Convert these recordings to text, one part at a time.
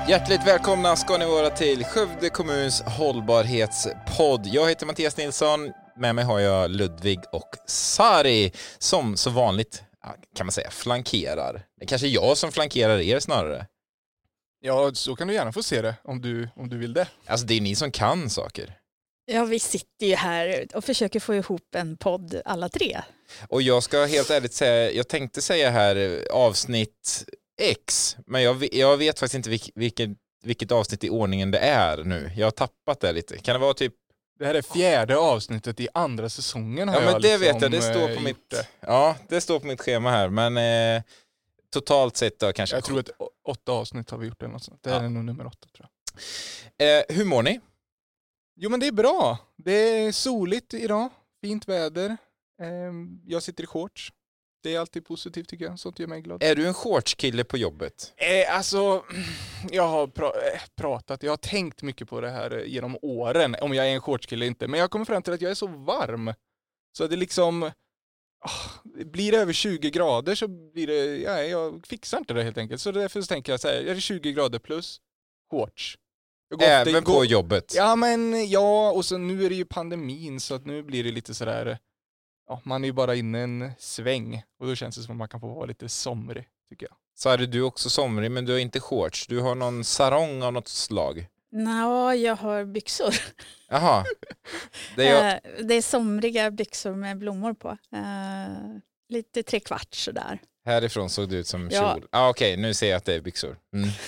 Hjärtligt välkomna ska ni vara till Skövde kommuns hållbarhetspodd. Jag heter Mattias Nilsson, med mig har jag Ludvig och Sari som så vanligt kan man säga flankerar. Det är kanske jag som flankerar er snarare. Ja, så kan du gärna få se det om du vill det. Alltså det är ni som kan saker. Ja, vi sitter ju här och försöker få ihop en podd alla tre. Och jag ska helt ärligt säga, jag tänkte säga här avsnitt X, men jag vet faktiskt inte vilket avsnitt i ordningen det är nu. Jag har tappat det lite. Kan det vara typ... Det här är 4:e avsnittet i andra säsongen. Ja, men det vet jag. Det står på mitt... Ja, det står på mitt schema här. Men totalt sett då kanske... Jag tror att 8 avsnitt har vi gjort. Eller något. Det här är nog nummer 8 tror jag. Hur mår ni? Jo, men det är bra. Det är soligt idag. Fint väder. Jag sitter i shorts. Det är alltid positivt tycker jag. Sånt gör mig glad. Är du en shortskille på jobbet? Alltså, jag har pratat. Jag har tänkt mycket på det här genom åren. Om jag är en shortskille eller inte. Men jag kommer fram till att jag är så varm. Så det liksom... blir det över 20 grader så blir det... Ja, jag fixar inte det helt enkelt. Så därför så tänker jag så här. Är det 20 grader plus shorts? Även på jobbet? Ja, men ja. Och så nu är det ju pandemin. Så att nu blir det lite sådär... Ja, man är ju bara inne en sväng. Och då känns det som att man kan få vara lite somrig, tycker jag. Så är du också somrig, men du har inte shorts. Du har någon sarong av något slag. Nå, jag har byxor. Jaha. Det är somriga byxor med blommor på. Lite 3/4 sådär. Härifrån såg det ut som ja. kjol. Okej, nu ser jag att det är byxor.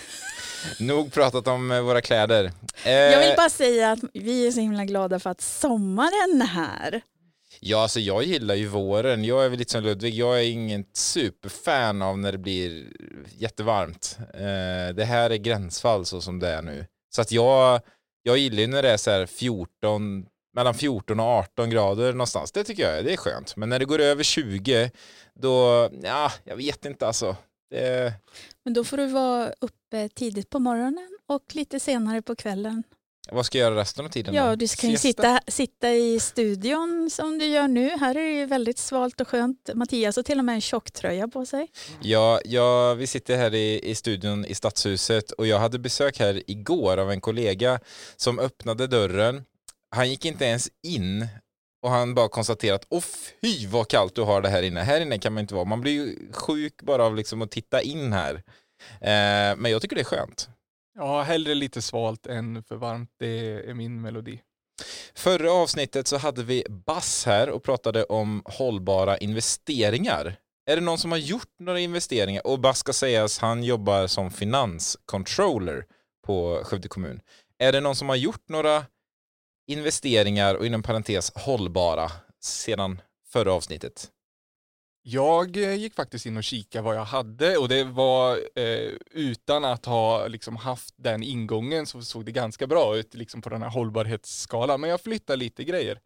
Nog pratat om våra kläder. Jag vill bara säga att vi är så himla glada för att sommaren är här. Ja, alltså jag gillar ju våren. Jag är väl lite som Ludvig. Jag är ingen superfan av när det blir jättevarmt. Det här är gränsfall så som det är nu. Så att jag gillar ju när det är så här mellan 14 och 18 grader någonstans. Det tycker jag det är skönt. Men när det går över 20 då, ja, jag vet inte alltså. Men då får du vara uppe tidigt på morgonen och lite senare på kvällen. Vad ska jag göra resten av tiden då? Ja, du kan ju sitta i studion som du gör nu. Här är det ju väldigt svalt och skönt. Mattias har till och med en tjocktröja på sig. Ja, vi sitter här i studion i Stadshuset och jag hade besök här igår av en kollega som öppnade dörren. Han gick inte ens in och han bara konstaterat, fy vad kallt du har det här inne. Här inne kan man inte vara. Man blir ju sjuk bara av liksom att titta in här. Men jag tycker det är skönt. Ja, hellre lite svalt än för varmt. Det är min melodi. Förra avsnittet så hade vi Bass här och pratade om hållbara investeringar. Är det någon som har gjort några investeringar? Och Bass ska sägas, han jobbar som finanscontroller på Skövde kommun. Är det någon som har gjort några investeringar och inom parentes hållbara sedan förra avsnittet? Jag gick faktiskt in och kika vad jag hade och det var utan att ha liksom haft den ingången så såg det ganska bra ut liksom på den här hållbarhetsskalan. Men jag flyttade lite grejer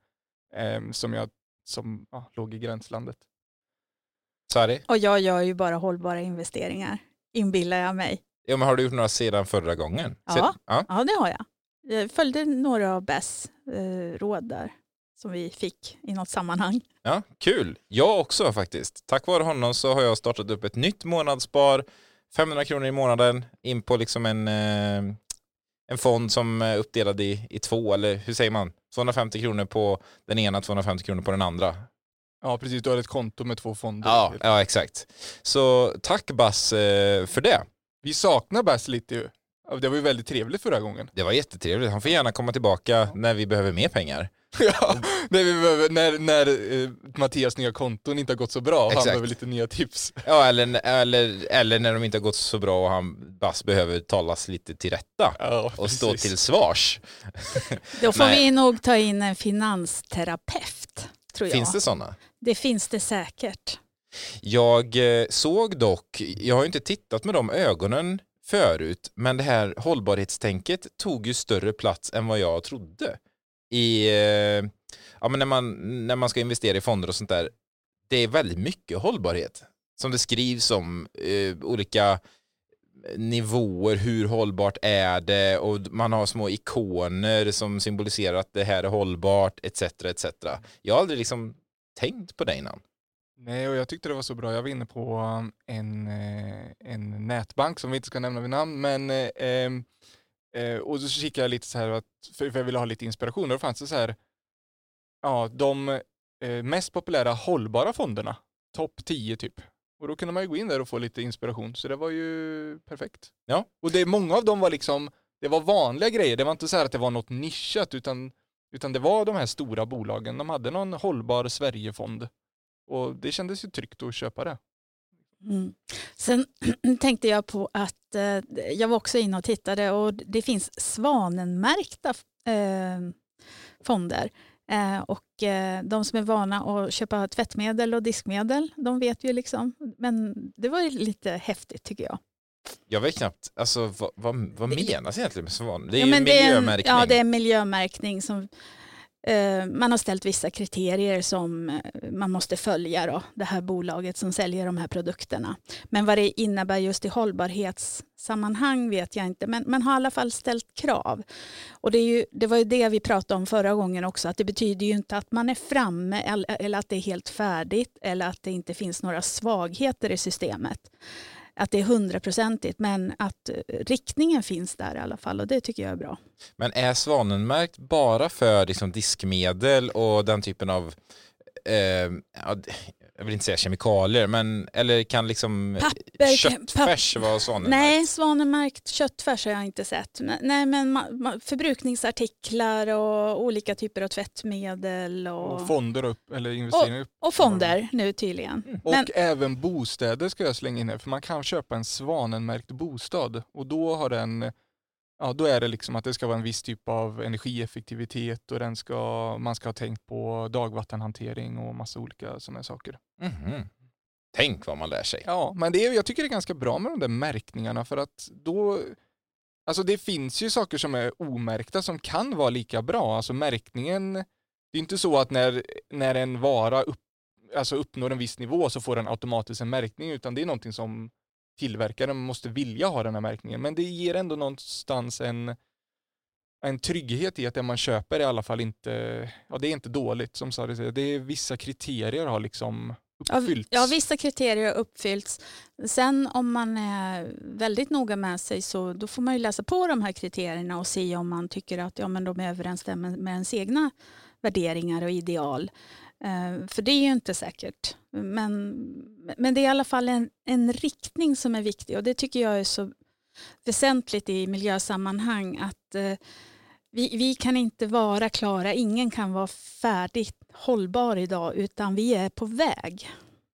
som låg i gränslandet. Sorry. Och jag gör ju bara hållbara investeringar, inbillar jag mig. Ja, men har du gjort några sedan förra gången? Ja, det har jag. Jag följde några av Bess råd där som vi fick i något sammanhang. Ja, kul. Jag också faktiskt. Tack vare honom så har jag startat upp ett nytt månadsspar. 500 kronor i månaden in på liksom en fond som är uppdelad i två, eller hur säger man? 250 kronor på den ena, 250 kronor på den andra. Ja, precis. Du har ett konto med 2 fonder. Ja, exakt. Så tack Bass för det. Vi saknar Bass lite ju. Det var ju väldigt trevligt förra gången. Det var jättetrevligt. Han får gärna komma tillbaka när vi behöver mer pengar. Ja, när Mattias nya konton inte har gått så bra. Exakt. Han behöver lite nya tips. Ja, eller när de inte har gått så bra och Bass behöver talas lite till rätta och stå till svars. Då får vi nog ta in en finansterapeut, tror jag. Finns det sådana? Det finns det säkert. Jag såg dock, jag har ju inte tittat med de ögonen förut, men det här hållbarhetstänket tog ju större plats än vad jag trodde. Men när man ska investera i fonder och sånt där, det är väldigt mycket hållbarhet som det skrivs om, olika nivåer, hur hållbart är det, och man har små ikoner som symboliserar att det här är hållbart, etc. etc. Jag har aldrig liksom tänkt på det innan. Nej, och jag tyckte det var så bra. Jag var inne på en nätbank som vi inte ska nämna vid namn, men och så kikade jag lite så här, för jag ville ha lite inspiration. Och då fanns det så här, ja, de mest populära hållbara fonderna, topp 10 typ. Och då kunde man ju gå in där och få lite inspiration, så det var ju perfekt. Ja. Och många av dem var liksom, det var vanliga grejer, det var inte så här att det var något nischat, utan det var de här stora bolagen. De hade någon hållbar Sverigefond. Och det kändes ju tryggt att köpa det. Mm. Sen tänkte jag på att jag var också inne och tittade och det finns svanenmärkta fonder. Och de som är vana att köpa tvättmedel och diskmedel, de vet ju liksom. Men det var ju lite häftigt tycker jag. Jag vet knappt, alltså vad menas egentligen med svan? Det är Ja, ju men miljömärkning. Ja, det är miljömärkning som man har ställt vissa kriterier som man måste följa då, det här bolaget som säljer de här produkterna. Men vad det innebär just i hållbarhetssammanhang vet jag inte, men man har i alla fall ställt krav. Och det var ju det vi pratade om förra gången också, att det betyder ju inte att man är framme eller att det är helt färdigt eller att det inte finns några svagheter i systemet. Att det är 100%, men att riktningen finns där i alla fall, och det tycker jag är bra. Men är svanenmärkt bara för liksom diskmedel och den typen av jag vill inte säga kemikalier, men eller kan liksom köttfärs vara svanenmärkt? Nej, svanenmärkt köttfärs har jag inte sett. Nej, men förbrukningsartiklar och olika typer av tvättmedel och fonder eller investeringar och fonder nu tydligen. Och även bostäder ska jag slänga in här, för man kan köpa en svanenmärkt bostad och då har då är det liksom att det ska vara en viss typ av energieffektivitet och man ska ha tänkt på dagvattenhantering och massa olika sådana saker. Mm-hmm. Tänk vad man lär sig. Ja, men jag tycker det är ganska bra med de där märkningarna, för att då, alltså det finns ju saker som är omärkta som kan vara lika bra. Alltså märkningen, det är inte så att när en vara uppnår en viss nivå så får den automatiskt en märkning, utan det är någonting som tillverkaren måste vilja ha den här märkningen. Men det ger ändå någonstans en trygghet i att det man köper i alla fall inte, det är inte dåligt som sa det är vissa kriterier har liksom uppfyllts. Ja, vissa kriterier har uppfyllts. Sen om man är väldigt noga med sig så då får man ju läsa på de här kriterierna och se om man tycker att men de överensstämmer med ens egna värderingar och ideal. För det är ju inte säkert. Men det är i alla fall en riktning som är viktig, och det tycker jag är så väsentligt i miljösammanhang, att vi kan inte vara klara, ingen kan vara färdigt hållbar idag, utan vi är på väg.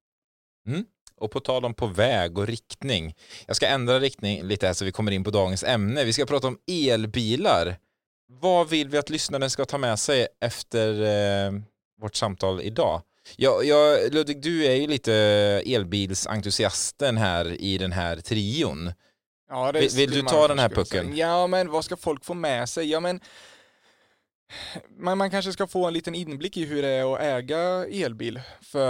Och på tal om på väg och riktning, jag ska ändra riktning lite här så vi kommer in på dagens ämne. Vi ska prata om elbilar. Vad vill vi att lyssnaren ska ta med sig efter vårt samtal idag? Ludvig, du är ju lite elbilsentusiasten här i den här trion. Ja, vill du ta den här pucken? Ja, men vad ska folk få med sig? Ja, men man kanske ska få en liten inblick i hur det är att äga elbil.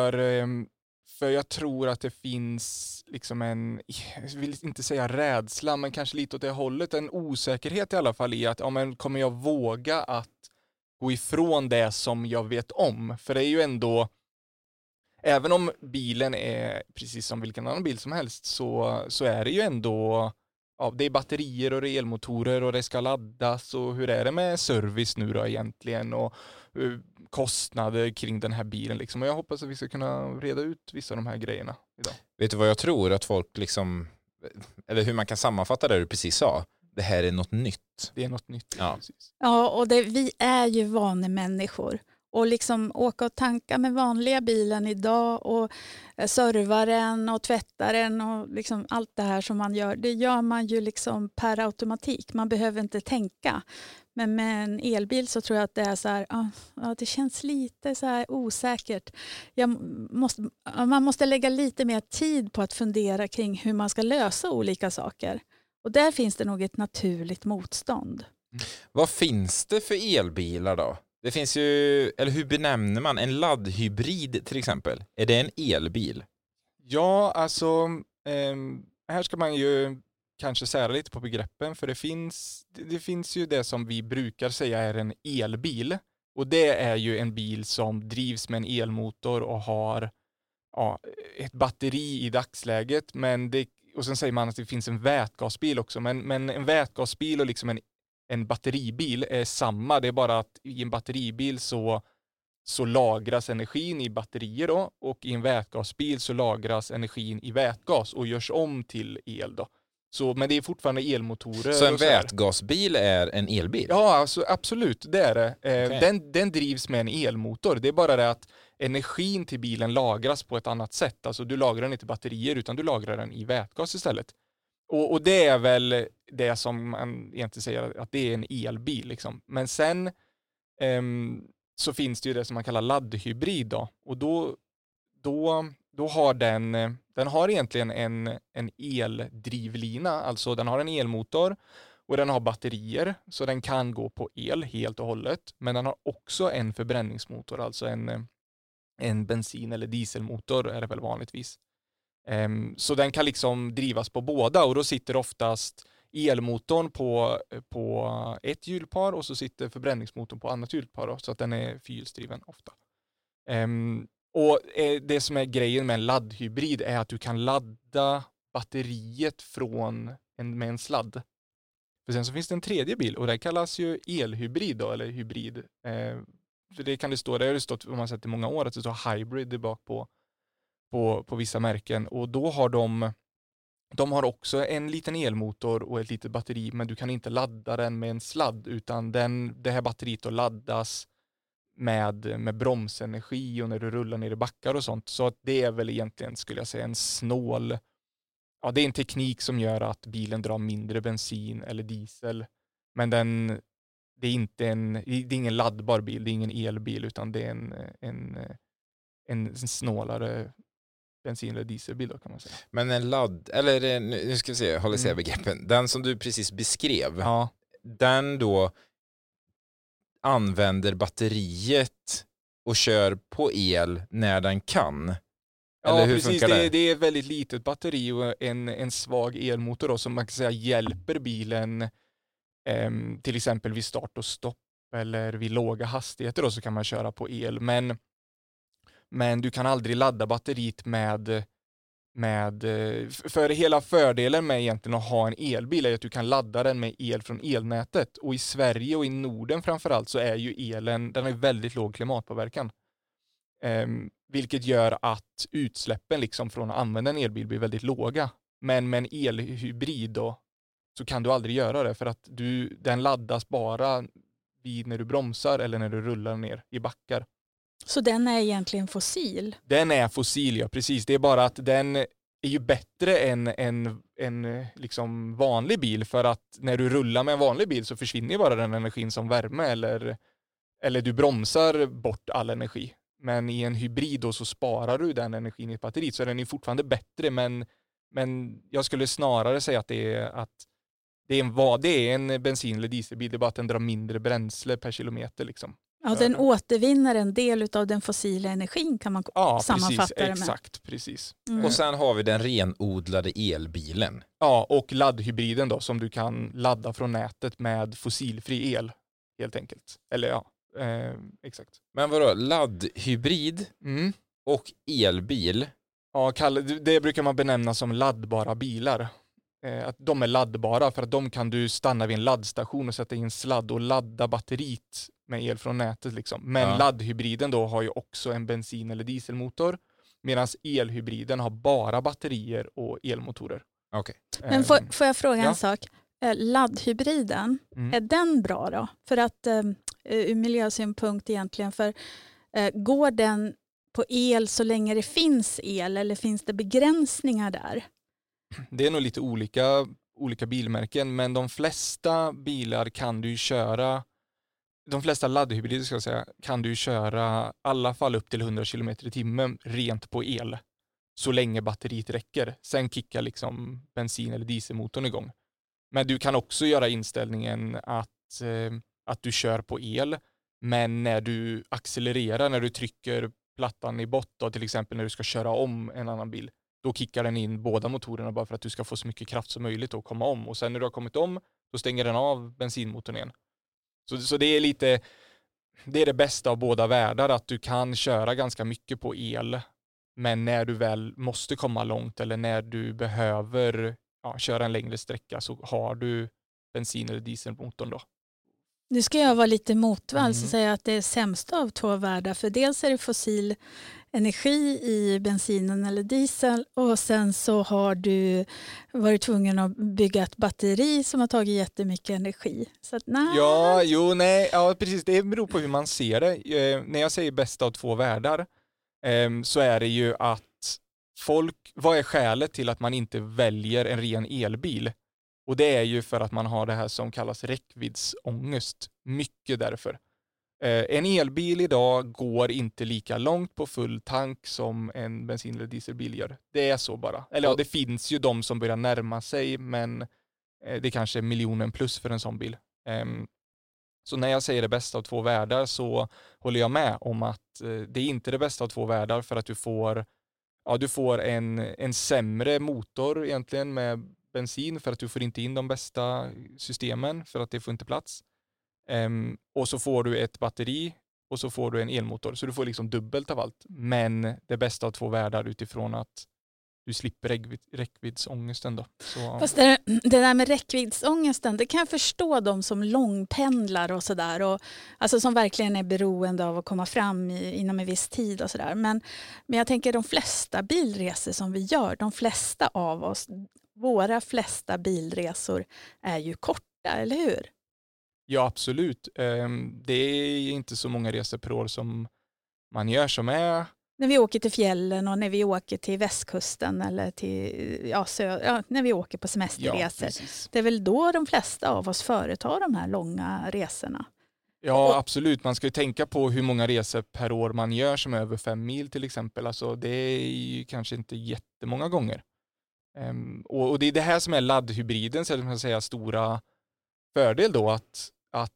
För jag tror att det finns liksom jag vill inte säga rädsla, men kanske lite åt det hållet, en osäkerhet i alla fall i att kommer jag våga att gå ifrån det som jag vet om? För det är ju ändå, även om bilen är precis som vilken annan bil som helst, så är det ju ändå, det är batterier och det är elmotorer och det ska laddas, och hur är det med service nu då egentligen, och kostnader kring den här bilen liksom. Och jag hoppas att vi ska kunna reda ut vissa av de här grejerna idag. Vet du vad jag tror att folk liksom, eller hur man kan sammanfatta det du precis sa? Det här är något nytt. Det är något nytt. Ja, precis. Ja, och vi är ju vanemänniskor. Och liksom åka och tanka med vanliga bilen idag och serva den och tvätta den och liksom allt det här som man gör, det gör man ju liksom per automatik. Man behöver inte tänka. Men med en elbil så tror jag att det är så här, det känns lite så här osäkert. Man måste lägga lite mer tid på att fundera kring hur man ska lösa olika saker. Och där finns det nog ett naturligt motstånd. Vad finns det för elbilar då? Det finns ju, eller hur benämner man en laddhybrid till exempel? Är det en elbil? Ja, alltså här ska man ju kanske sära lite på begreppen, för det finns ju det som vi brukar säga är en elbil, och det är ju en bil som drivs med en elmotor och har ett batteri i dagsläget, och sen säger man att det finns en vätgasbil också, men en vätgasbil och liksom en batteribil är samma, det är bara att i en batteribil så lagras energin i batterier då, och i en vätgasbil så lagras energin i vätgas och görs om till el då. Men det är fortfarande elmotorer. Så en vätgasbil är en elbil? Ja, alltså, absolut, det är det. Okay. Den drivs med en elmotor. Det är bara det att energin till bilen lagras på ett annat sätt. Alltså du lagrar den inte i batterier utan du lagrar den i vätgas istället. Och det är väl det som man egentligen säger att det är en elbil. Liksom. Men sen så finns det ju det som man kallar laddhybrid då. Och då har den har egentligen en eldrivlina, alltså den har en elmotor och den har batterier, så den kan gå på el helt och hållet. Men den har också en förbränningsmotor, alltså en bensin- eller dieselmotor är det väl vanligtvis. Så den kan liksom drivas på båda, och då sitter oftast elmotorn på ett hjulpar och så sitter förbränningsmotorn på annat hjulpar då, så att den är fyrhjulsdriven ofta. Och det som är grejen med en laddhybrid är att du kan ladda batteriet med en sladd. För sen så finns det en tredje bil och det kallas ju elhybrid då, eller hybrid. För det har det stått, om man sett i många år, att det står hybrid bak på vissa märken. Och då har de har också en liten elmotor och ett litet batteri, men du kan inte ladda den med en sladd, utan det här batteriet då laddas med bromsenergi och när du rullar ner i backar och sånt. Så att det är väl egentligen, skulle jag säga, det är en teknik som gör att bilen drar mindre bensin eller diesel. Men det är ingen laddbar bil, det är ingen elbil, utan det är en snålare bensin- eller dieselbil då, kan man säga. Men nu ska vi se, håller sig begreppen. Den som du precis beskrev, den då använder batteriet och kör på el när den kan. Eller hur precis. Funkar det? Det är ett väldigt litet batteri och en svag elmotor då, som man kan säga hjälper bilen till exempel vid start och stopp eller vid låga hastigheter då, så kan man köra på el. Men du kan aldrig ladda batteriet för hela fördelen med egentligen att ha en elbil är att du kan ladda den med el från elnätet. Och i Sverige och i Norden framförallt så är ju den har väldigt låg klimatpåverkan. Vilket gör att utsläppen liksom från att använda en elbil blir väldigt låga. Men med en elhybrid då, så kan du aldrig göra det, för att den laddas bara när du bromsar eller när du rullar ner i backar. Så den är egentligen fossil? Den är fossil, ja, precis. Det är bara att den är ju bättre än en liksom vanlig bil, för att när du rullar med en vanlig bil så försvinner bara den energin som värme eller du bromsar bort all energi. Men i en hybrid då så sparar du den energin i ett batteri, så den är fortfarande bättre, men jag skulle snarare säga att det är en bensin- eller dieselbil, det är bara att den drar mindre bränsle per kilometer liksom. Ja, den återvinner en del av den fossila energin, kan man sammanfatta det med. Exakt, precis. Och sen har vi den renodlade elbilen. Ja, och laddhybriden då, som du kan ladda från nätet med fossilfri el, helt enkelt. Eller exakt. Men vadå, laddhybrid och elbil? Ja, det brukar man benämna som laddbara bilar. Att de är laddbara för att de kan du stanna vid en laddstation och sätta in en sladd och ladda batteriet med el från nätet liksom. Men laddhybriden då har ju också en bensin- eller dieselmotor, medan elhybriden har bara batterier och elmotorer. Okay. Men får jag fråga en sak? Laddhybriden, är den bra då? För att ur miljösynpunkt egentligen, för går den på el så länge det finns el, eller finns det begränsningar där? Det är nog lite olika bilmärken, men de flesta bilar kan du köra, de flesta laddhybrider ska jag säga, kan du köra i alla fall upp till 100 km i timmen rent på el, så länge batteriet räcker. Sen kickar liksom bensin- eller dieselmotorn igång. Men du kan också göra inställningen att du kör på el, men när du accelererar, när du trycker plattan i botten, till exempel när du ska köra om en annan bil, då kickar den in båda motorerna bara för att du ska få så mycket kraft som möjligt att komma om. Och sen när du har kommit om, då stänger den av bensinmotorn igen. Så det är det bästa av båda världar, att du kan köra ganska mycket på el, Men när du väl måste komma långt eller när du behöver köra en längre sträcka så har du bensin- eller dieselmotorn då. Nu ska jag vara lite motvalls och säga att det är sämsta av två världar. För dels är det fossil energi i bensinen eller diesel och sen så har du varit tvungen att bygga ett batteri som har tagit jättemycket energi. Så att, Ja, precis. Det beror på hur man ser det. När jag säger bästa av två världar så är det ju att vad är skälet till att man inte väljer en ren elbil? Och det är ju för att man har det här som kallas räckviddsångest. Mycket därför. En elbil idag går inte lika långt på full tank som en bensin- eller dieselbil gör. Det är så bara. Eller det finns ju de som börjar närma sig, men det kanske är miljonen plus för en sån bil. Så när jag säger det bästa av två världar så håller jag med om att det är inte det bästa av två världar för att du får en sämre motor egentligen med bensin för att du får inte in de bästa systemen för att det får inte plats. Och så får du ett batteri och så får du en elmotor. Så du får liksom dubbelt av allt. Men det bästa av två världar utifrån att du slipper räckviddsångesten då. Så. Fast det där med räckviddsångesten, det kan jag förstå de som långpendlar och sådär. Alltså som verkligen är beroende av att komma fram inom en viss tid och sådär. Men jag tänker de flesta bilresor som vi gör, de flesta av oss, våra flesta bilresor är ju korta, eller hur? Ja, absolut. Det är inte så många resor per år som man gör som är. När vi åker till fjällen och när vi åker till västkusten eller till, när vi åker på semesterresor. Ja, det är väl då de flesta av oss företar de här långa resorna. Ja, absolut. Man ska ju tänka på hur många resor per år man gör som är över 5 mil till exempel. Alltså, det är ju kanske inte jättemånga gånger. Och det är det här som är laddhybridens, eller man ska säga, stora fördel då, att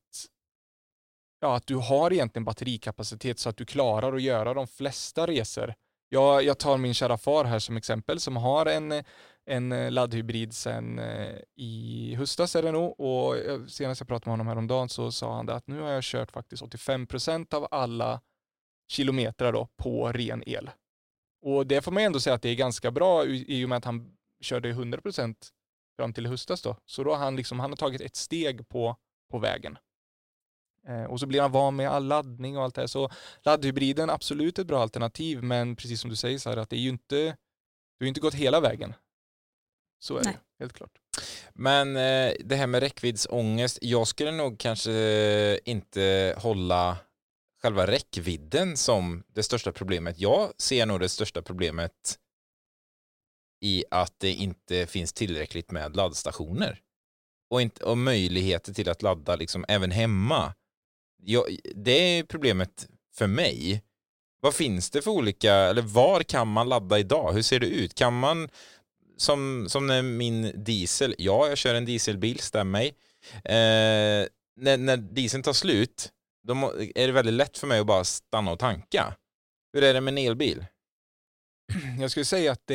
du har egentligen batterikapacitet så att du klarar att göra de flesta resor. Jag tar min kära far här som exempel som har en laddhybrid sen i höstas är det nog, och senast jag pratade med honom häromdagen så sa han att nu har jag kört faktiskt 85% av alla kilometer då på ren el. Och det får man ändå säga att det är ganska bra i och med att han körde 100% fram till höstas då. Så då har han har tagit ett steg på vägen. Och så blir han van med all laddning och allt det här. Så laddhybriden är absolut ett bra alternativ, men precis som du säger så här, att det är ju inte, du har inte gått hela vägen. Så är det, helt klart. Men det här med räckviddsångest, jag skulle nog kanske inte hålla själva räckvidden som det största problemet. Jag ser nog det största problemet i att det inte finns tillräckligt med laddstationer. Och möjligheter till att ladda liksom även hemma. Det är problemet för mig. Vad finns det för olika, eller var kan man ladda idag? Hur ser det ut? Kan man, som när min diesel, jag kör en dieselbil, stämmer mig. När dieseln tar slut, då är det väldigt lätt för mig att bara stanna och tanka. Hur är det med en elbil? Jag skulle säga att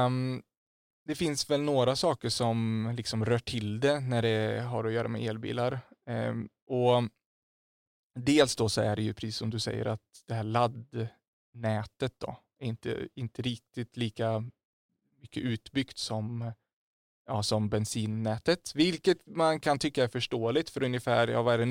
det finns väl några saker som liksom rör till det när det har att göra med elbilar. Och dels då så är det ju precis som du säger att det här laddnätet då är inte riktigt lika mycket utbyggt som bensinnätet. Vilket man kan tycka är förståeligt, för ungefär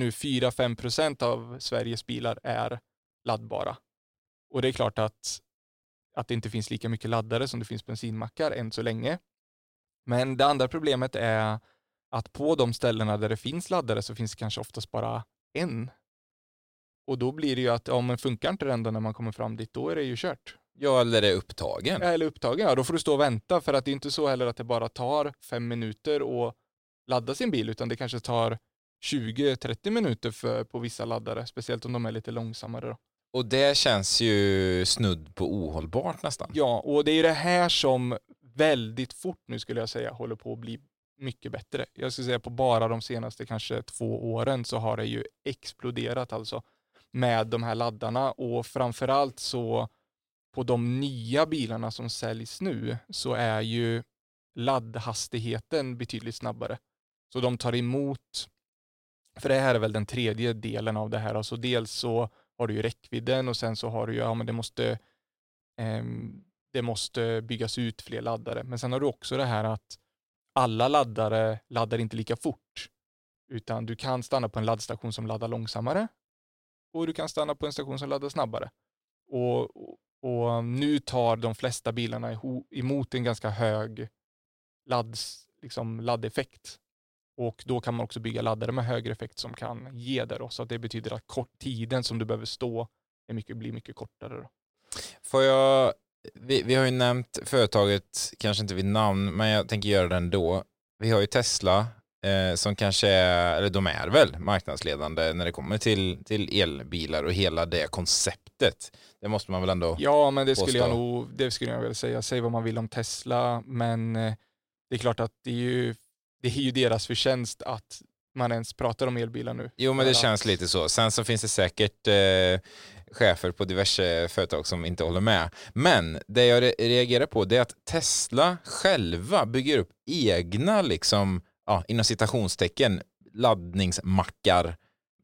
4-5% av Sveriges bilar är laddbara. Och det är klart att det inte finns lika mycket laddare som det finns bensinmackar än så länge. Men det andra problemet är att på de ställena där det finns laddare så finns det kanske oftast bara en. Och då blir det ju att om funkar inte den då när man kommer fram dit, då är det ju kört. Ja, eller är upptagen. Eller upptagen, ja. Då får du stå och vänta, för att det är inte så heller att det bara tar 5 minuter att ladda sin bil, utan det kanske tar 20-30 minuter på vissa laddare, speciellt om de är lite långsammare då. Och det känns ju snudd på ohållbart nästan. Ja, och det är det här som väldigt fort nu skulle jag säga håller på att bli mycket bättre. Jag skulle säga på bara de senaste kanske 2 åren så har det ju exploderat alltså med de här laddarna, och framförallt så på de nya bilarna som säljs nu så är ju laddhastigheten betydligt snabbare. Så de tar emot, för det här är väl den tredje delen av det här, alltså dels så har du ju räckvidden och sen så har du ju, men det måste det måste byggas ut fler laddare. Men sen har du också det här att alla laddare laddar inte lika fort. Utan du kan stanna på en laddstation som laddar långsammare. Och du kan stanna på en station som laddar snabbare. Och nu tar de flesta bilarna emot en ganska hög laddeffekt. Och då kan man också bygga laddare med högre effekt som kan ge det. Då. Så att det betyder att tiden som du behöver stå blir mycket kortare. Då. Vi har ju nämnt företaget, kanske inte vid namn, men jag tänker göra det ändå. Vi har ju Tesla som kanske är, eller de är väl marknadsledande när det kommer till elbilar och hela det konceptet. Det måste man väl ändå Ja, men det skulle påstå. jag väl säga. Säg vad man vill om Tesla, men det är klart att det är ju deras förtjänst att man ens pratar om elbilar nu. Jo, men det känns lite så. Sen så finns det säkert chefer på diverse företag som inte håller med. Men det jag reagerar på, det är att Tesla själva bygger upp egna liksom, inom citationstecken, laddningsmackar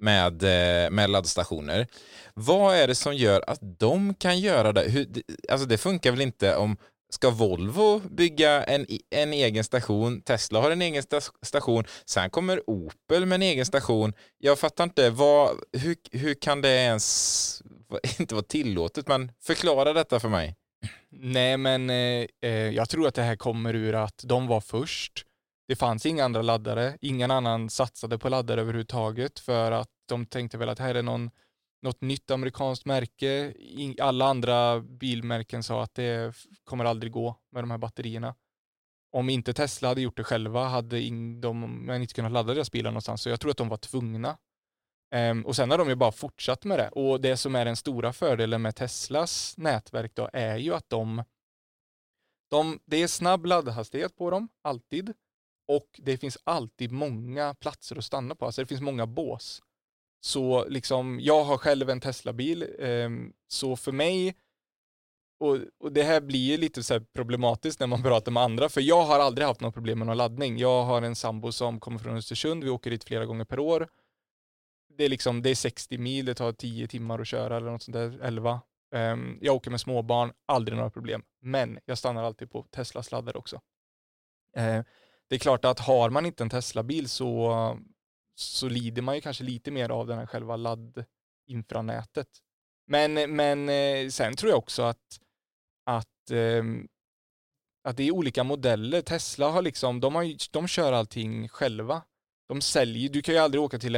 med laddstationer. Vad är det som gör att de kan göra det? Alltså det funkar väl inte om ska Volvo bygga en egen station, Tesla har en egen station, sen kommer Opel med en egen station. Jag fattar inte, hur kan det ens inte vara tillåtet? Men förklara detta för mig. Nej, men jag tror att det här kommer ur att de var först. Det fanns inga andra laddare. Ingen annan satsade på laddare överhuvudtaget för att de tänkte väl att här är något nytt amerikanskt märke. Alla andra bilmärken sa att det kommer aldrig gå med de här batterierna. Om inte Tesla hade gjort det själva hade de inte kunnat ladda deras bilar någonstans. Så jag tror att de var tvungna. Och sen har de ju bara fortsatt med det. Och det som är den stora fördelen med Teslas nätverk då är ju att det är snabb laddhastighet på dem, alltid. Och det finns alltid många platser att stanna på. Alltså det finns många bås. Så liksom, jag har själv en Tesla-bil. Så för mig, och det här blir ju lite så här problematiskt när man pratar med andra. För jag har aldrig haft något problem med någon laddning. Jag har en sambo som kommer från Östersund. Vi åker dit flera gånger per år. Det är 60 mil, det tar 10 timmar att köra eller något sånt där, 11. Jag åker med småbarn, aldrig några problem. Men jag stannar alltid på Teslas laddare också. Det är klart att har man inte en Tesla-bil så lider man ju kanske lite mer av den här själva laddinfranätet. Men sen tror jag också att det är olika modeller. Tesla har liksom, de kör allting själva. De säljer, du kan ju aldrig åka till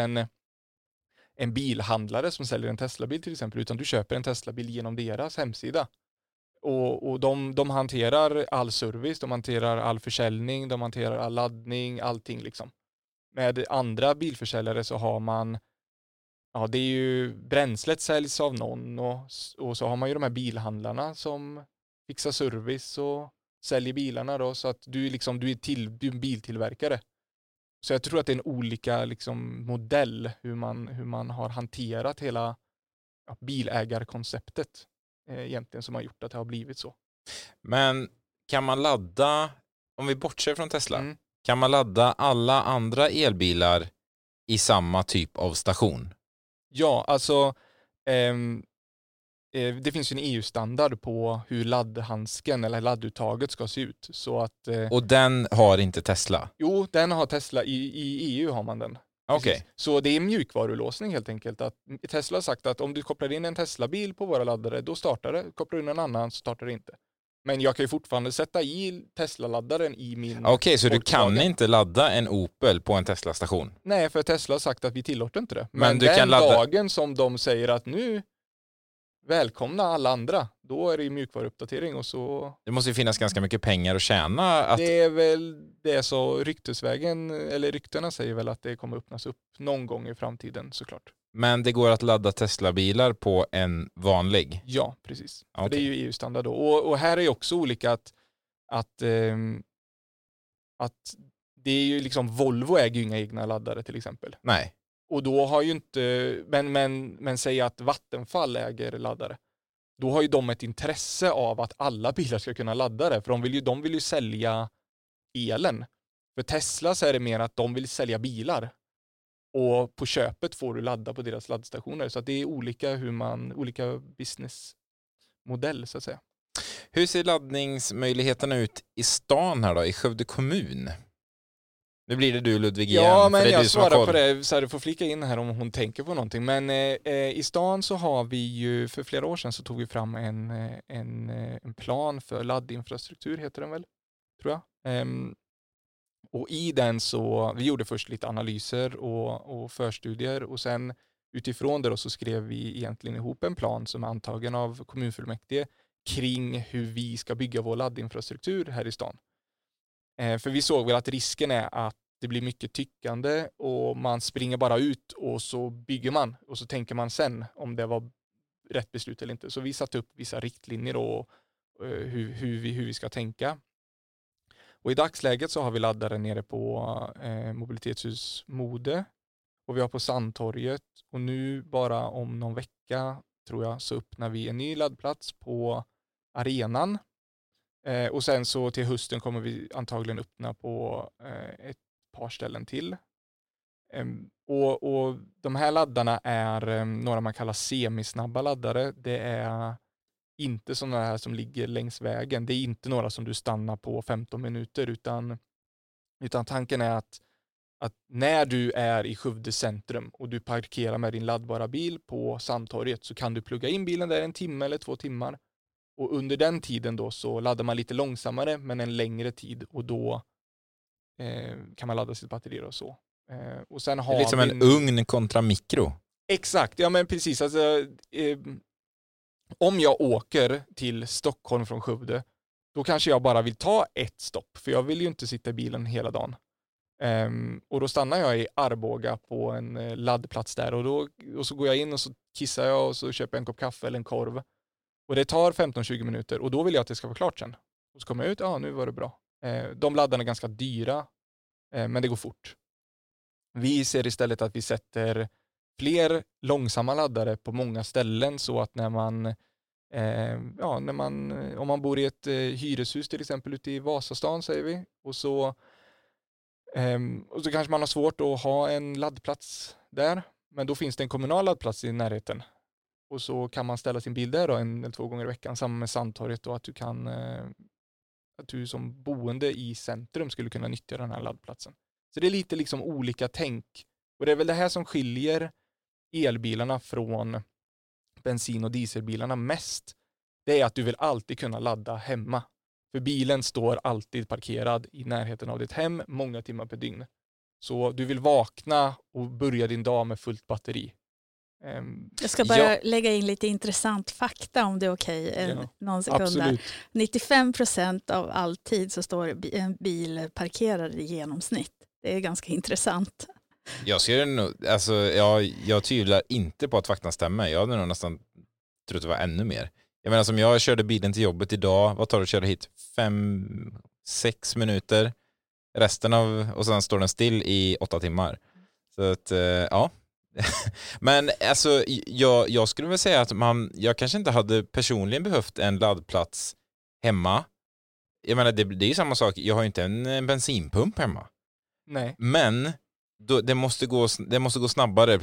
en bilhandlare som säljer en Tesla-bil till exempel, utan du köper en Tesla-bil genom deras hemsida. Och de hanterar all service, de hanterar all försäljning, de hanterar all laddning, allting liksom. Med andra bilförsäljare så har man, det är ju, bränslet säljs av någon och så har man ju de här bilhandlarna som fixar service och säljer bilarna då, så att du är en biltillverkare. Så jag tror att det är en olika liksom modell hur man har hanterat hela bilägarkonceptet egentligen som har gjort att det har blivit så. Men kan man ladda, om vi bortser från Tesla, kan man ladda alla andra elbilar i samma typ av station? Ja, alltså det finns ju en EU-standard på hur laddhandsken eller ladduttaget ska se ut. Så att, och den har inte Tesla? Jo, den har Tesla. I EU har man den. Okay. Så det är mjukvarulåsning helt enkelt. Att Tesla har sagt att om du kopplar in en Tesla-bil på våra laddare, då startar det. Kopplar du in en annan så startar det inte. Men jag kan ju fortfarande sätta i Tesla-laddaren i min... Okej, så du kan inte ladda en Opel på en Tesla-station? Nej, för Tesla har sagt att vi tillåter inte det. Men du den kan ladda... dagen som de säger att nu välkomna alla andra, då är det mjukvaruuppdatering och så... Det måste ju finnas ganska mycket pengar att tjäna. Att... Det är väl det så ryktena säger väl att det kommer öppnas upp någon gång i framtiden såklart. Men det går att ladda Tesla-bilar på en vanlig? Ja, precis. Okay. För det är ju EU-standard då. Och här är ju också olika att det är ju liksom, Volvo äger ju inga egna laddare till exempel. Nej. Och då har ju inte, men säg att Vattenfall äger laddare. Då har ju de ett intresse av att alla bilar ska kunna ladda det. För de vill ju sälja elen. För Tesla så är det mer att de vill sälja bilar. Och på köpet får du ladda på deras laddstationer. Så att det är olika businessmodell så att säga. Hur ser laddningsmöjligheterna ut i stan här då, i Skövde kommun? Nu blir det du, Ludvig, igen. Ja, men för det är jag du som har svarar koll. på det så här, du får flika in här om hon tänker på någonting. Men i stan så har vi ju, för flera år sedan så tog vi fram en plan för laddinfrastruktur, heter den väl, tror jag. Och i den så, vi gjorde först lite analyser och förstudier och sen utifrån det då så skrev vi egentligen ihop en plan som är antagen av kommunfullmäktige kring hur vi ska bygga vår laddinfrastruktur här i stan. För vi såg väl att risken är att det blir mycket tyckande och man springer bara ut och så bygger man och så tänker man sen om det var rätt beslut eller inte. Så vi satte upp vissa riktlinjer och hur vi ska tänka. Och i dagsläget så har vi laddare nere på Mobilitetshus Mode och vi har på Sandtorget och nu bara om någon vecka tror jag så öppnar vi en ny laddplats på arenan. Och sen så till hösten kommer vi antagligen öppna på ett par ställen till. Och de här laddarna är några man kallar semisnabba laddare. Det är inte sådana här som ligger längs vägen. Det är inte några som du stannar på 15 minuter utan tanken är att när du är i Skövde centrum och du parkerar med din laddbara bil på Sandtorget så kan du plugga in bilen där 1 timme eller 2 timmar. Och under den tiden då så laddar man lite långsammare men en längre tid och då kan man ladda sitt batteri och så. Och sen har det är lite som en ugn kontra mikro. Exakt, ja men precis. Alltså, om jag åker till Stockholm från Skövde då kanske jag bara vill ta ett stopp för jag vill ju inte sitta i bilen hela dagen. Och då stannar jag i Arboga på en laddplats där och så går jag in och så kissar jag och så köper jag en kopp kaffe eller en korv. Och det tar 15-20 minuter och då vill jag att det ska vara klart sen. Och så kommer jag ut, nu var det bra. De laddarna är ganska dyra, men det går fort. Vi ser istället att vi sätter fler långsamma laddare på många ställen så att om man bor i ett hyreshus till exempel ute i Vasastan säger vi och så kanske man har svårt att ha en laddplats där, men då finns det en kommunal laddplats i närheten. Och så kan man ställa sin bil där då 1 eller 2 gånger i veckan, samma med Sandtorget då, att du som boende i centrum skulle kunna nyttja den här laddplatsen. Så det är lite liksom olika tänk. Och det är väl det här som skiljer elbilarna från bensin- och dieselbilarna mest. Det är att du vill alltid kunna ladda hemma. För bilen står alltid parkerad i närheten av ditt hem många timmar per dygn. Så du vill vakna och börja din dag med fullt batteri. Jag ska bara lägga in lite intressant fakta om det är okej. Någon sekund absolut. där. 95% av all tid så står en bil parkerad i genomsnitt. Det är ganska intressant. Jag ser nog, alltså jag tvivlar inte på att faktan stämmer. Jag hade nog nästan trott det var ännu mer. Jag menar som jag körde bilen till jobbet idag, vad tar det att köra hit? 5-6 minuter. Och sen står den still i 8 timmar. Så att, ja. Men alltså, jag skulle väl säga att jag kanske inte hade personligen behövt en laddplats hemma. Jag menar, det är ju samma sak. Jag har ju inte en bensinpump hemma. Nej. Men det måste gå snabbare,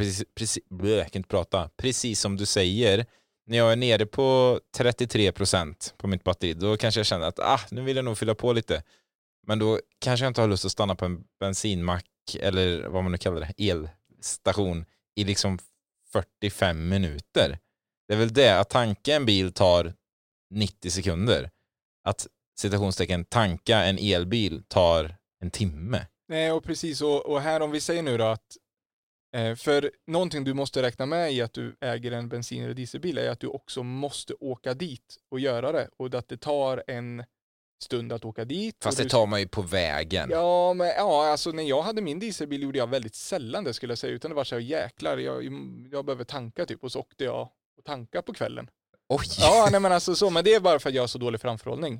precis som du säger. När jag är nere på 33% på mitt batteri, då kanske jag känner att nu vill jag nog fylla på lite. Men då kanske jag inte har lust att stanna på en bensinmack eller vad man nu kallar det, elstation i liksom 45 minuter. Det är väl det, att tanka en bil tar 90 sekunder. Att citationstecken tanka en elbil tar 1 timme. Nej, och precis. Och här om vi säger nu då att för någonting du måste räkna med i att du äger en bensin- eller dieselbil är att du också måste åka dit och göra det. Och att det tar en stund att åka dit. Fast det tar man ju på vägen. Ja, men alltså när jag hade min dieselbil gjorde jag väldigt sällan det skulle jag säga. Utan det var så här, jäklar, jag behöver tanka typ. Och så åkte jag och tanka på kvällen. Oj! Ja, nej men alltså så. Men det är bara för att jag har så dålig framförhållning.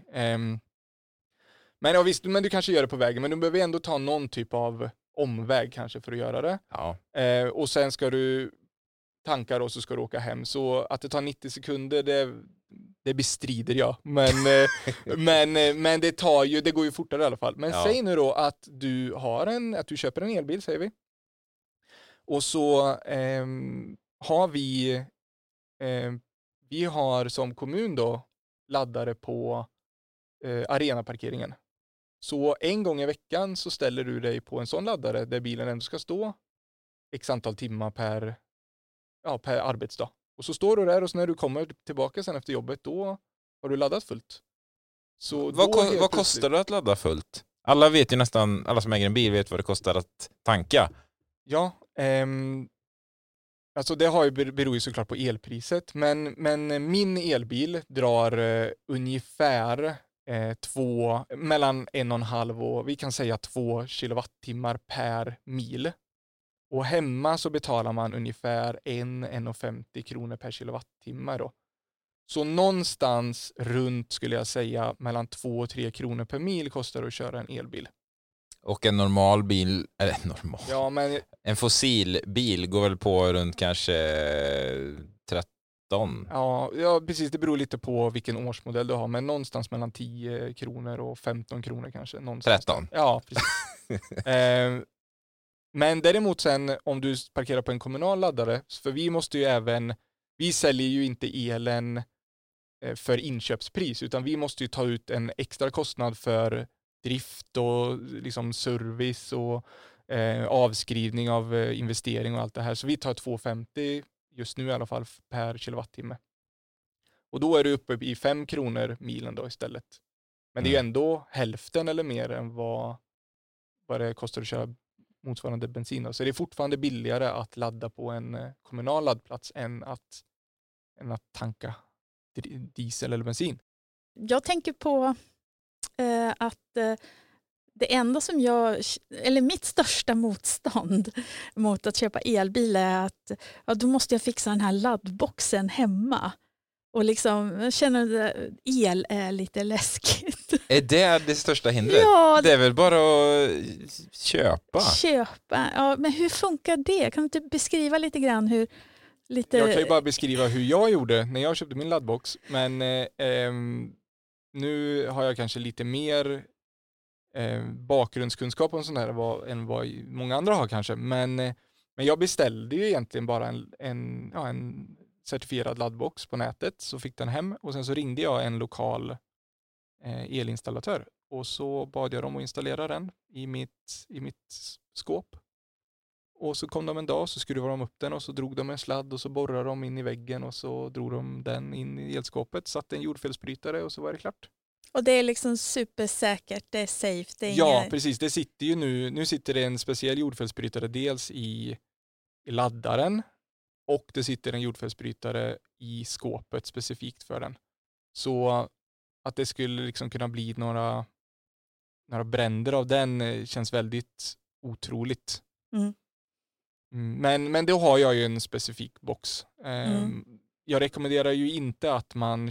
Men ja, visst, men du kanske gör det på vägen. Men du behöver ändå ta någon typ av omväg kanske för att göra det. Ja. Och sen ska du tanka och så ska du åka hem. Så att det tar 90 sekunder, det bestrider jag. Men det går ju fortare i alla fall. Men säg nu då att du köper en elbil, säger vi. Och så har vi har som kommun då laddare på arenaparkeringen. Så en gång i veckan så ställer du dig på en sån laddare där bilen ändå ska stå x antal timmar per arbetsdag. Och så står du där och så när du kommer tillbaka sen efter jobbet då har du laddat fullt. Så Vad kostar det att ladda fullt? Alla vet ju nästan, alla som äger en bil vet vad det kostar att tanka. Ja, alltså det beror ju såklart på elpriset, men min elbil drar ungefär mellan 1,5 och vi kan säga 2 kilowattimmar per mil. Och hemma så betalar man ungefär 1,50 kronor per kilowattimme då. Så någonstans runt skulle jag säga mellan 2 och 3 kronor per mil kostar det att köra en elbil. Och en normal bil, eller normal, ja, men en fossilbil går väl på runt kanske 13? Ja, precis. Det beror lite på vilken årsmodell du har, men någonstans mellan 10 kronor och 15 kronor kanske. Någonstans 13? Ja, precis. Men däremot sen om du parkerar på en kommunal laddare, för vi säljer ju inte elen för inköpspris, utan vi måste ju ta ut en extra kostnad för drift och liksom service och avskrivning av investering och allt det här. Så vi tar 2,50 just nu i alla fall per kilowattimme. Och då är du uppe i 5 kronor milen då istället. Men det är ju ändå hälften eller mer än vad det kostar att köra motsvarande bensin då. Så det är fortfarande billigare att ladda på en kommunal laddplats än att tanka diesel eller bensin. Jag tänker på att det enda som mitt största motstånd mot att köpa elbil är att då måste jag fixa den här laddboxen hemma. Och liksom, jag känner att el är lite läskigt. Är det största hindret? Ja, det är väl bara att köpa? Ja, men hur funkar det? Kan du inte beskriva lite grann hur... Jag kan ju bara beskriva hur jag gjorde när jag köpte min laddbox. Men nu har jag kanske lite mer bakgrundskunskap om sånt här än vad många andra har kanske. Men jag beställde ju egentligen bara en certifierad laddbox på nätet, så fick den hem och sen så ringde jag en lokal elinstallatör och så bad jag dem att installera den i mitt skåp. Och så kom de en dag och så skruvade de upp den och så drog de en sladd och så borrade de in i väggen och så drog de den in i elskåpet, satte en jordfelsbrytare och så var det klart. Och det är liksom supersäkert, det är safe. Det är ja, precis. Det sitter ju nu sitter det en speciell jordfelsbrytare dels i laddaren och det sitter en jordfelsbrytare i skåpet specifikt för den. Så att det skulle liksom kunna bli några bränder av den känns väldigt otroligt. Men då har jag ju en specifik box. Jag rekommenderar ju inte att man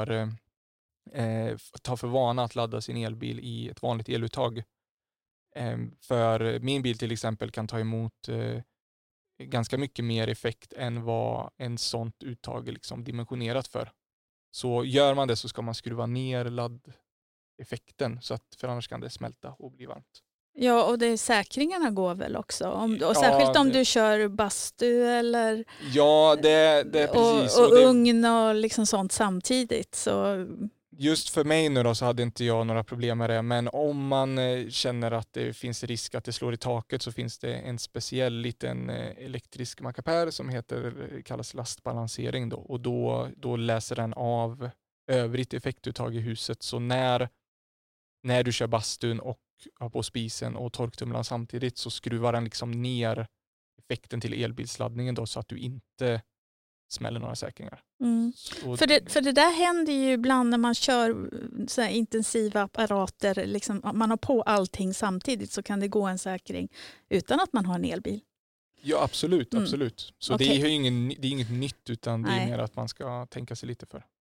tar för vana att ladda sin elbil i ett vanligt eluttag. För min bil till exempel kan ta emot ganska mycket mer effekt än vad en sånt uttag är liksom dimensionerat för. Så gör man det så ska man skruva ner laddeffekten för annars kan det smälta och bli varmt. Ja, och säkringarna går väl också. Särskilt om du kör bastu eller det är precis. Och ugn och liksom sånt samtidigt. Så... Just för mig nu då så hade inte jag några problem med det. Men om man känner att det finns risk att det slår i taket så finns det en speciell liten elektrisk mackapär som kallas lastbalansering då. Och då läser den av övrigt effektuttag i huset. Så när du kör bastun och har på spisen och torktumlaren samtidigt så skruvar den liksom ner effekten till elbilsladdningen då så att du inte smäller några säkringar. För det där händer ju ibland när man kör så här intensiva apparater, liksom, man har på allting samtidigt så kan det gå en säkring utan att man har en elbil. Ja, absolut. Så okay. Det är inget nytt utan det är mer att man ska tänka sig lite för.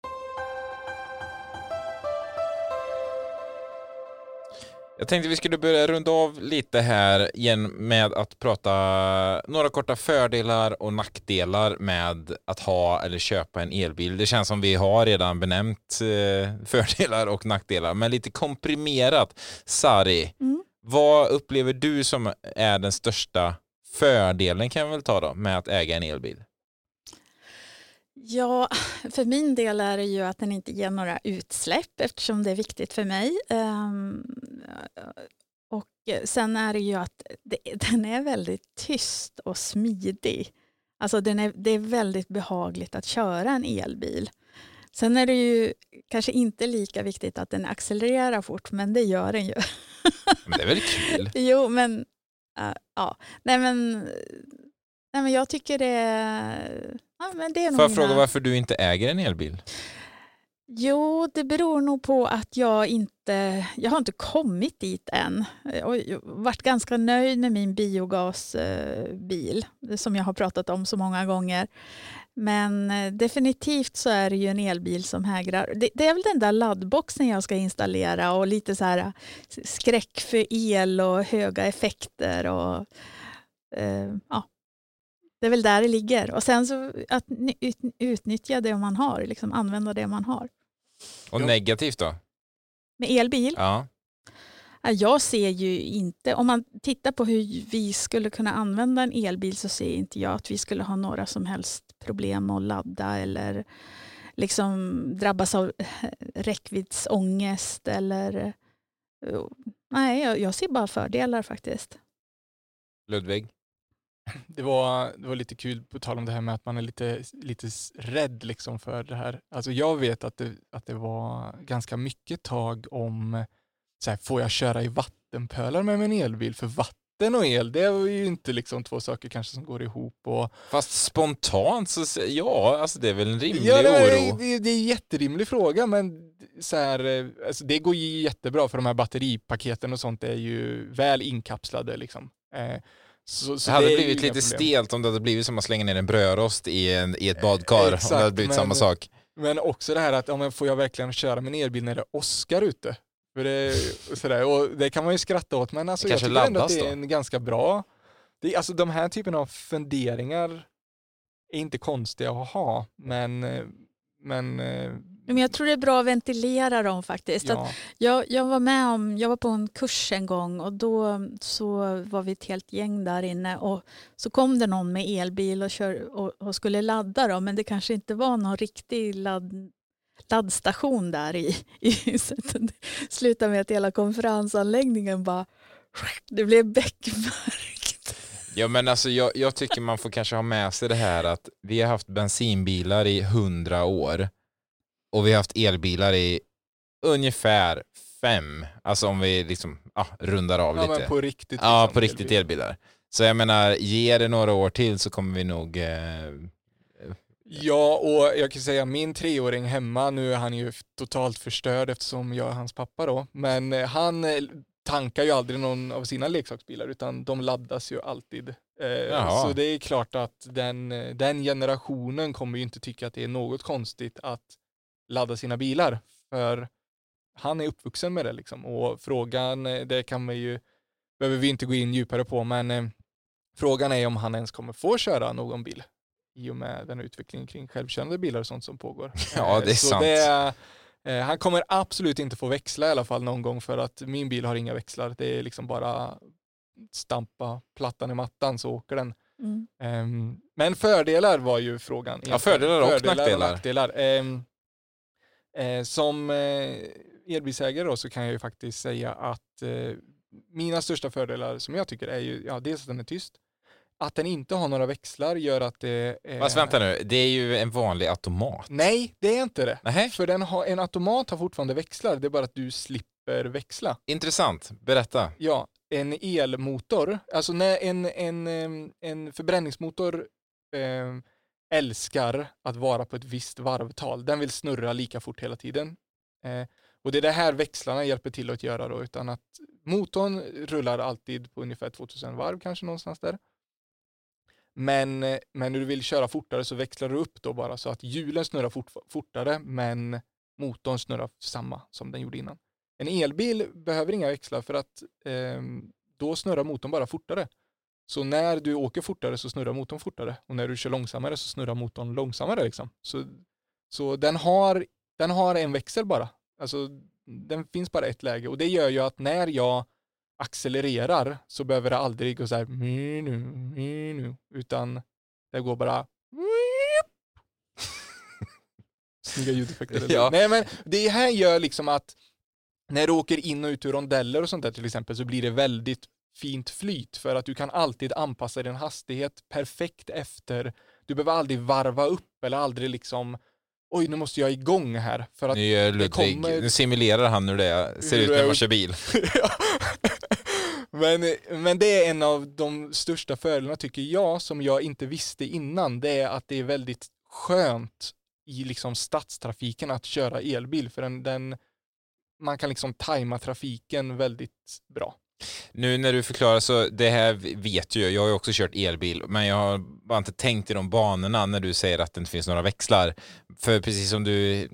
Jag tänkte vi skulle börja runda av lite här igen med att prata några korta fördelar och nackdelar med att ha eller köpa en elbil. Det känns som vi har redan benämnt fördelar och nackdelar, men lite komprimerat. Sari, vad upplever du som är den största fördelen kan vi väl ta då med att äga en elbil? Ja, för min del är det ju att den inte ger några utsläpp eftersom det är viktigt för mig. Och sen är det ju att den är väldigt tyst och smidig. Alltså det är väldigt behagligt att köra en elbil. Sen är det ju kanske inte lika viktigt att den accelererar fort, men det gör den ju. Men det är väl kul? Jo, men ja. Nej, men jag tycker det är nog Får jag fråga varför du inte äger en elbil? Jo, det beror nog på att jag har inte kommit dit än. Jag har varit ganska nöjd med min biogasbil som jag har pratat om så många gånger. Men definitivt så är det ju en elbil som hägrar. Det är väl den där laddboxen jag ska installera och lite så här skräck för el och höga effekter och ja. Det är väl där det ligger. Och sen så att utnyttja det man har, liksom använda det man har. Och negativt då? Med elbil? Ja. Jag ser ju inte, om man tittar på hur vi skulle kunna använda en elbil så ser inte jag att vi skulle ha några som helst problem att ladda eller liksom drabbas av räckviddsångest eller nej, jag ser bara fördelar faktiskt. Ludvig? Det var lite kul på tal om det här med att man är lite rädd liksom för det här. Alltså jag vet att det var ganska mycket tag om så här, får jag köra i vattenpölar med min elbil? För vatten och el, det är ju inte liksom två saker kanske som går ihop. Fast spontant så ja, alltså det är väl en rimlig oro. Det är en jätterimlig fråga, men så här, alltså det går ju jättebra för de här batteripaketen och sånt är ju väl inkapslade liksom. Så det hade blivit lite stelt om det hade blivit som att slänga ner en brödrost i ett badkar. Exakt, om det hade blivit samma sak. Men också det här att får jag verkligen köra min elbil när det åskar ute? För det, sådär, och det kan man ju skratta åt, men alltså, jag tycker ändå att det är en ganska bra... alltså de här typen av funderingar är inte konstiga att ha, men jag tror det är bra att ventilera dem faktiskt. Ja. Att jag var på en kurs en gång och då så var vi ett helt gäng där inne och så kom det någon med elbil och skulle ladda dem, men det kanske inte var någon riktig laddstation där i huset. Det slutade med att hela konferensanläggningen bara det blev beckmörkt. Ja, men alltså jag tycker man får kanske ha med sig det här att vi har haft bensinbilar i 100 år. Och vi har haft elbilar i ungefär 5. Alltså om vi liksom rundar av lite. Men på riktigt. Liksom, ja, på riktigt elbilar. Så jag menar, ge det några år till så kommer vi nog... Ja, och jag kan säga min 3-åring hemma, nu är han ju totalt förstörd eftersom jag är hans pappa då. Men han tankar ju aldrig någon av sina leksaksbilar utan de laddas ju alltid. Så det är klart att den generationen kommer ju inte tycka att det är något konstigt att ladda sina bilar, för han är uppvuxen med det liksom. Och frågan, det behöver vi inte gå in djupare på, men frågan är om han ens kommer få köra någon bil i och med den utvecklingen kring självkörande bilar och sånt som pågår. Ja, det är sant. Han kommer absolut inte få växla i alla fall någon gång, för att min bil har inga växlar. Det är liksom bara stampa plattan i mattan så åker den. Men fördelar var ju frågan. Ja, fördelar och nackdelar. Som elbilsägare då, så kan jag ju faktiskt säga att mina största fördelar som jag tycker är ju dels att den är tyst. Att den inte har några växlar gör att det är... Vänta nu, det är ju en vanlig automat. Nej, det är inte det. Nähä? För en automat har fortfarande växlar, det är bara att du slipper växla. Intressant, berätta. Ja, en elmotor, alltså när en förbränningsmotor älskar att vara på ett visst varvtal. Den vill snurra lika fort hela tiden. Och det är det här växlarna hjälper till att göra då, utan att motorn rullar alltid på ungefär 2000 varv, kanske någonstans där. Men när du vill köra fortare så växlar du upp då bara så att hjulen snurrar fortare, men motorn snurrar samma som den gjorde innan. En elbil behöver inga växlar för att då snurrar motorn bara fortare. Så när du åker fortare så snurrar motorn fortare. Och när du kör långsammare så snurrar motorn långsammare. Liksom. Så den har en växel bara. Alltså den finns bara ett läge. Och det gör ju att när jag accelererar så behöver det aldrig gå så här utan det går bara Snygga ljudeffekter. Ja. Nej, men det här gör liksom att när du åker in och ut ur rondeller och sånt där till exempel så blir det väldigt fint flyt för att du kan alltid anpassa din hastighet perfekt efter. Du behöver aldrig varva upp eller aldrig liksom oj, nu måste jag igång här. För att nu simulerar han hur det ser ut när man kör bil. Men det är en av de största fördelarna tycker jag som jag inte visste innan. Det är att det är väldigt skönt i liksom stadstrafiken att köra elbil. För man kan liksom tajma trafiken väldigt bra. Nu när du förklarar så, det här vet jag har ju också kört elbil, men jag har bara inte tänkt i de banorna när du säger att det inte finns några växlar. För precis som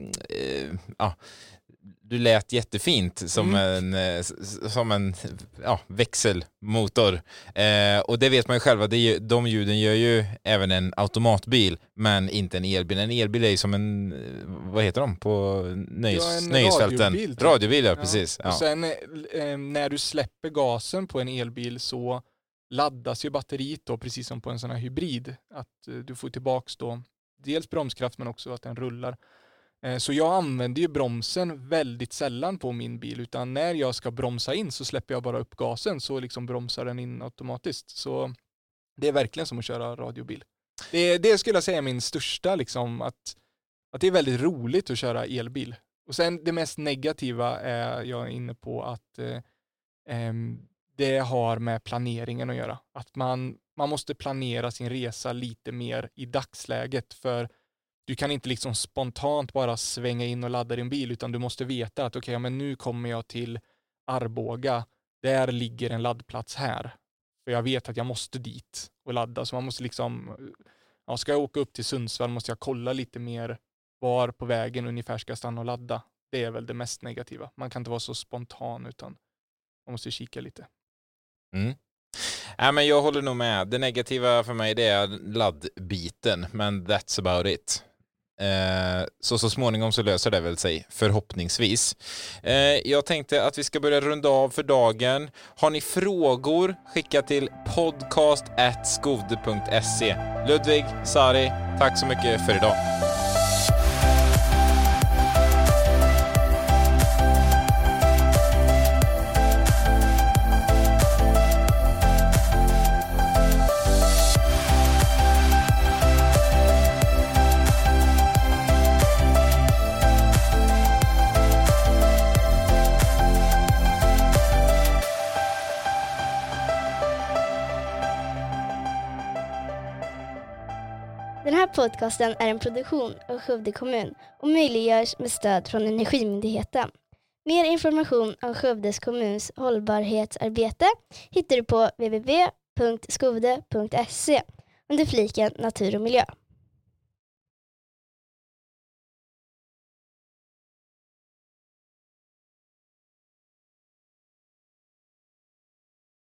du lät jättefint som en växelmotor. Och det vet man ju själva, de ljuden gör ju även en automatbil, men inte en elbil. En elbil är ju som en, vad heter de på nöjesfälten? Radiobil, ja, precis. Ja. Och sen när du släpper gasen på en elbil så laddas ju batteriet då, precis som på en sån här hybrid. Att du får tillbaks då dels bromskraft men också att den rullar. Så jag använder ju bromsen väldigt sällan på min bil, utan när jag ska bromsa in så släpper jag bara upp gasen så liksom bromsar den in automatiskt. Så det är verkligen som att köra radiobil. Det skulle jag säga är min största liksom, att det är väldigt roligt att köra elbil. Och sen det mest negativa är jag inne på att det har med planeringen att göra. Att man måste planera sin resa lite mer i dagsläget, för du kan inte liksom spontant bara svänga in och ladda din bil, utan du måste veta att men nu kommer jag till Arboga. Där ligger en laddplats här. För jag vet att jag måste dit och ladda. Så man måste liksom, ska jag åka upp till Sundsvall måste jag kolla lite mer var på vägen ungefär ska jag stanna och ladda. Det är väl det mest negativa. Man kan inte vara så spontan utan man måste kika lite. Ja, men jag håller nog med. Det negativa för mig det är laddbiten, men that's about it. Så småningom så löser det väl sig, förhoppningsvis. Jag tänkte att vi ska börja runda av för dagen. Har ni frågor, skicka till podcast@skovde.se. Ludvig, Sari, tack så mycket för idag. Den här podcasten är en produktion av Skövde kommun och möjliggörs med stöd från Energimyndigheten. Mer information om Skövdes kommuns hållbarhetsarbete hittar du på www.skovde.se under fliken natur och miljö.